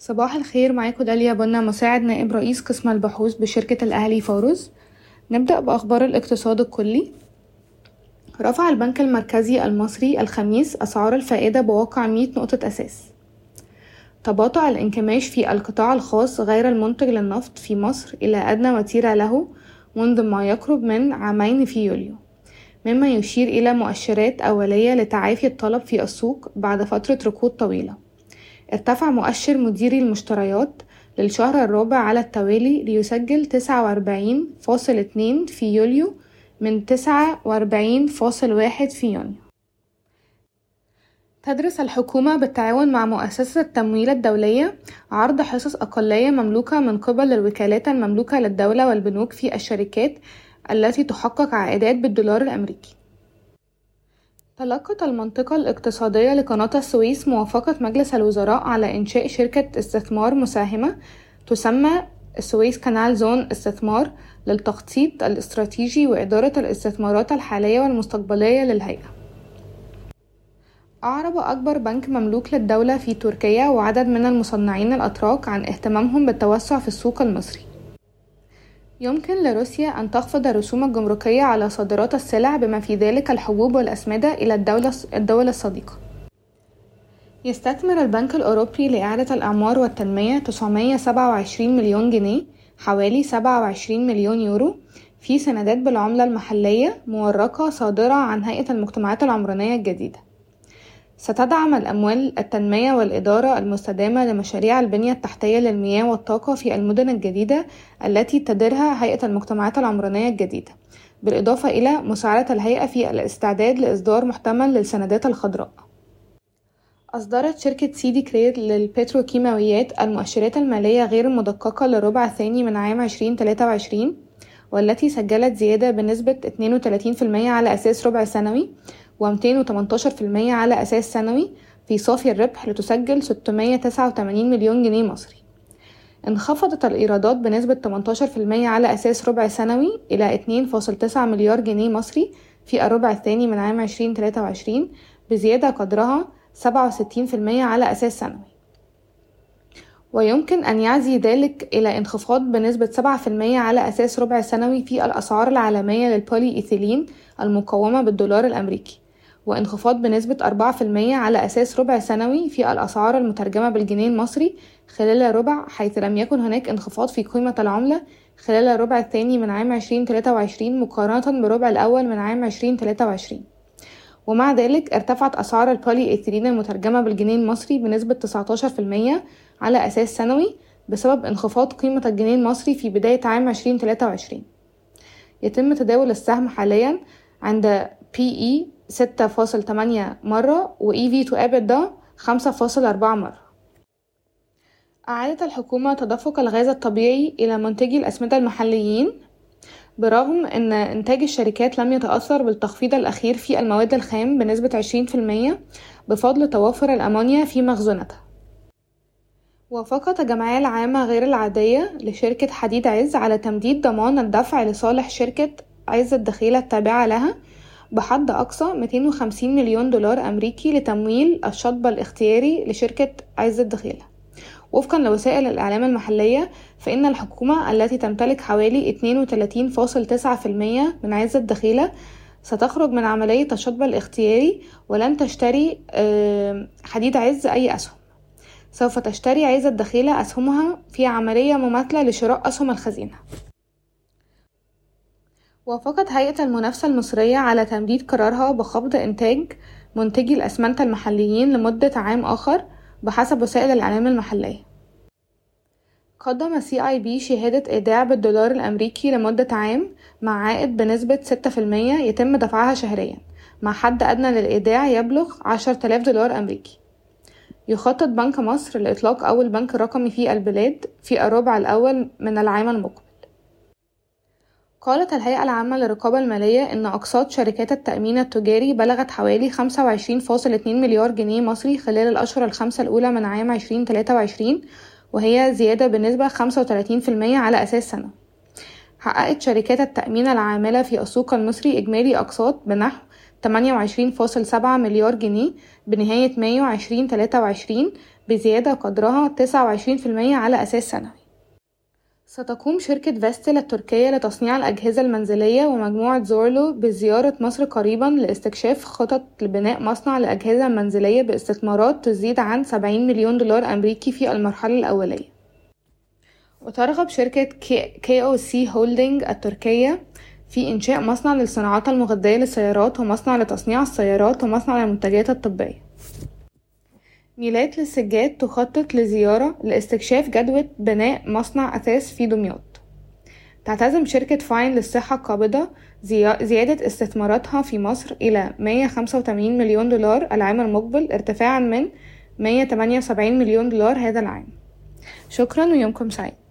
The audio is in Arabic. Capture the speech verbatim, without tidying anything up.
صباح الخير، معاكم داليا بنا، مساعد نائب رئيس قسم البحوث بشركة الأهلي فاروز. نبدأ بأخبار الاقتصاد الكلي. رفع البنك المركزي المصري الخميس أسعار الفائدة بواقع مية نقطة أساس. تباطؤ الانكماش في القطاع الخاص غير المنتج للنفط في مصر إلى أدنى وتيرة له منذ ما يقرب من عامين في يوليو، مما يشير إلى مؤشرات أولية لتعافي الطلب في السوق بعد فترة ركود طويلة. ارتفع مؤشر مديري المشتريات للشهر الرابع على التوالي ليسجل تسعة وأربعين فاصل اتنين في يوليو من تسعة وأربعين فاصل واحد في يونيو. تدرس الحكومة بالتعاون مع مؤسسة التمويل الدولية عرض حصص أقلية مملوكة من قبل الوكالات المملوكة للدولة والبنوك في الشركات التي تحقق عائدات بالدولار الأمريكي. تلقت المنطقة الاقتصادية لقناة السويس موافقة مجلس الوزراء على إنشاء شركة استثمار مساهمة تسمى السويس كانال زون استثمار للتخطيط الاستراتيجي وإدارة الاستثمارات الحالية والمستقبلية للهيئة. أعرب أكبر بنك مملوك للدولة في تركيا وعدد من المصنعين الأتراك عن اهتمامهم بالتوسع في السوق المصري. يمكن لروسيا أن تخفض الرسوم الجمركية على صادرات السلع بما في ذلك الحبوب والأسمدة إلى الدولة الدول الصديقة. يستثمر البنك الأوروبي لإعادة الإعمار والتنمية تسعمية وسبعة وعشرين مليون جنيه، حوالي سبعة وعشرين مليون يورو، في سندات بالعملة المحلية مورقة صادرة عن هيئة المجتمعات العمرانية الجديدة. ستدعم الأموال التنمية والإدارة المستدامة لمشاريع البنية التحتية للمياه والطاقة في المدن الجديدة التي تديرها هيئة المجتمعات العمرانية الجديدة، بالإضافة إلى مساعدة الهيئة في الاستعداد لإصدار محتمل للسندات الخضراء. أصدرت شركة سيدي كرير للبتروكيماويات المؤشرات المالية غير المدققة للربع الثاني من عام عشرين تلاتة وعشرين، والتي سجلت زيادة بنسبة اتنين وتلاتين بالمية على أساس ربع سنوي ومئتين وتمنتاشر بالمية على أساس سنوي في صافي الربح، لتسجل ستمية وتسعة وتمانين مليون جنيه مصري. انخفضت الإيرادات بنسبة تمنتاشر بالمية على أساس ربع سنوي إلى اتنين فاصل تسعة مليار جنيه مصري في الربع الثاني من عام عشرين تلاتة وعشرين، بزيادة قدرها سبعة وستين بالمية على أساس سنوي. ويمكن أن يعزي ذلك إلى انخفاض بنسبة سبعة بالمية على أساس ربع سنوي في الأسعار العالمية للبولي إيثيلين المقومة بالدولار الأمريكي، وانخفاض بنسبة أربعة بالمية على أساس ربع سنوي في الأسعار المترجمة بالجنيه المصري خلال الربع، حيث لم يكن هناك انخفاض في قيمة العملة خلال الربع الثاني من عام عشرين تلاتة وعشرين مقارنة بالربع الأول من عام عشرين تلاتة وعشرين. ومع ذلك ارتفعت أسعار البولي إيثيلين المترجمة بالجنيه المصري بنسبة تسعتاشر بالمية على أساس سنوي بسبب انخفاض قيمة الجنيه المصري في بداية عام عشرين تلاتة وعشرين. يتم تداول السهم حاليا عند بي إي ستة فاصل تمانية مرة و إي في تو إبدا خمسة فاصل أربعة مرة. أعادت الحكومة تدفق الغاز الطبيعي إلى منتجي الأسمدة المحليين، برغم أن إنتاج الشركات لم يتأثر بالتخفيض الأخير في المواد الخام بنسبة عشرين بالمية بفضل توافر الأمونيا في مخزوناتها. وافقت الجمعية العامة غير العادية لشركة حديد عز على تمديد ضمان الدفع لصالح شركة عز الدخيلة التابعة لها بحد أقصى مئتين وخمسين مليون دولار أمريكي لتمويل الشطب الاختياري لشركة عز الدخيلة. وفقا لوسائل الإعلام المحلية، فإن الحكومة التي تمتلك حوالي اتنين وتلاتين فاصل تسعة بالمية من عز الدخيلة ستخرج من عملية الشطب الاختياري ولن تشتري حديد عز أي أسهم. سوف تشتري عز الدخيلة أسهمها في عملية مماثلة لشراء أسهم الخزينة. وافقت هيئة المنافسة المصرية على تمديد قرارها بخفض إنتاج منتجي الأسمنت المحليين لمدة عام آخر بحسب وسائل الإعلام المحلية. قدم سي آي بي شهادة إيداع بالدولار الأمريكي لمدة عام مع عائد بنسبة ستة بالمية يتم دفعها شهريا، مع حد أدنى للإيداع يبلغ عشرة آلاف دولار أمريكي. يخطط بنك مصر لإطلاق أول بنك رقمي في البلاد في الربع الأول من العام المقبل. قالت الهيئة العامة للرقابة المالية إن أقساط شركات التأمين التجاري بلغت حوالي خمسة وعشرين فاصل اتنين مليار جنيه مصري خلال الأشهر الخمسة الأولى من عام عشرين تلاتة وعشرين، وهي زيادة بنسبة خمسة وتلاتين بالمية على أساس سنة. حققت شركات التأمين العاملة في السوق المصري إجمالي أقساط بنحو تمانية وعشرين فاصل سبعة مليار جنيه بنهاية مايو عشرين تلاتة وعشرين، بزيادة قدرها تسعة وعشرين بالمية على أساس سنوي. ستقوم شركة فيستيل التركية لتصنيع الأجهزة المنزلية ومجموعة زورلو بزيارة مصر قريبا لاستكشاف خطط لبناء مصنع للأجهزة المنزلية باستثمارات تزيد عن سبعين مليون دولار أمريكي في المرحلة الأولية. وترغب شركة كي أو سي هولدينج التركية في إنشاء مصنع للصناعات المغذية للسيارات ومصنع لتصنيع السيارات ومصنع للمنتجات الطبية. ميلات للسجاد تخطط لزيارة لاستكشاف جدوى بناء مصنع أثاث في دمياط. تعتزم شركة فاين للصحة القابضة زيادة استثماراتها في مصر إلى مية وخمسة وتمانين مليون دولار العام المقبل ارتفاعا من مية وتمانية وسبعين مليون دولار هذا العام. شكرا ويومكم سعيد.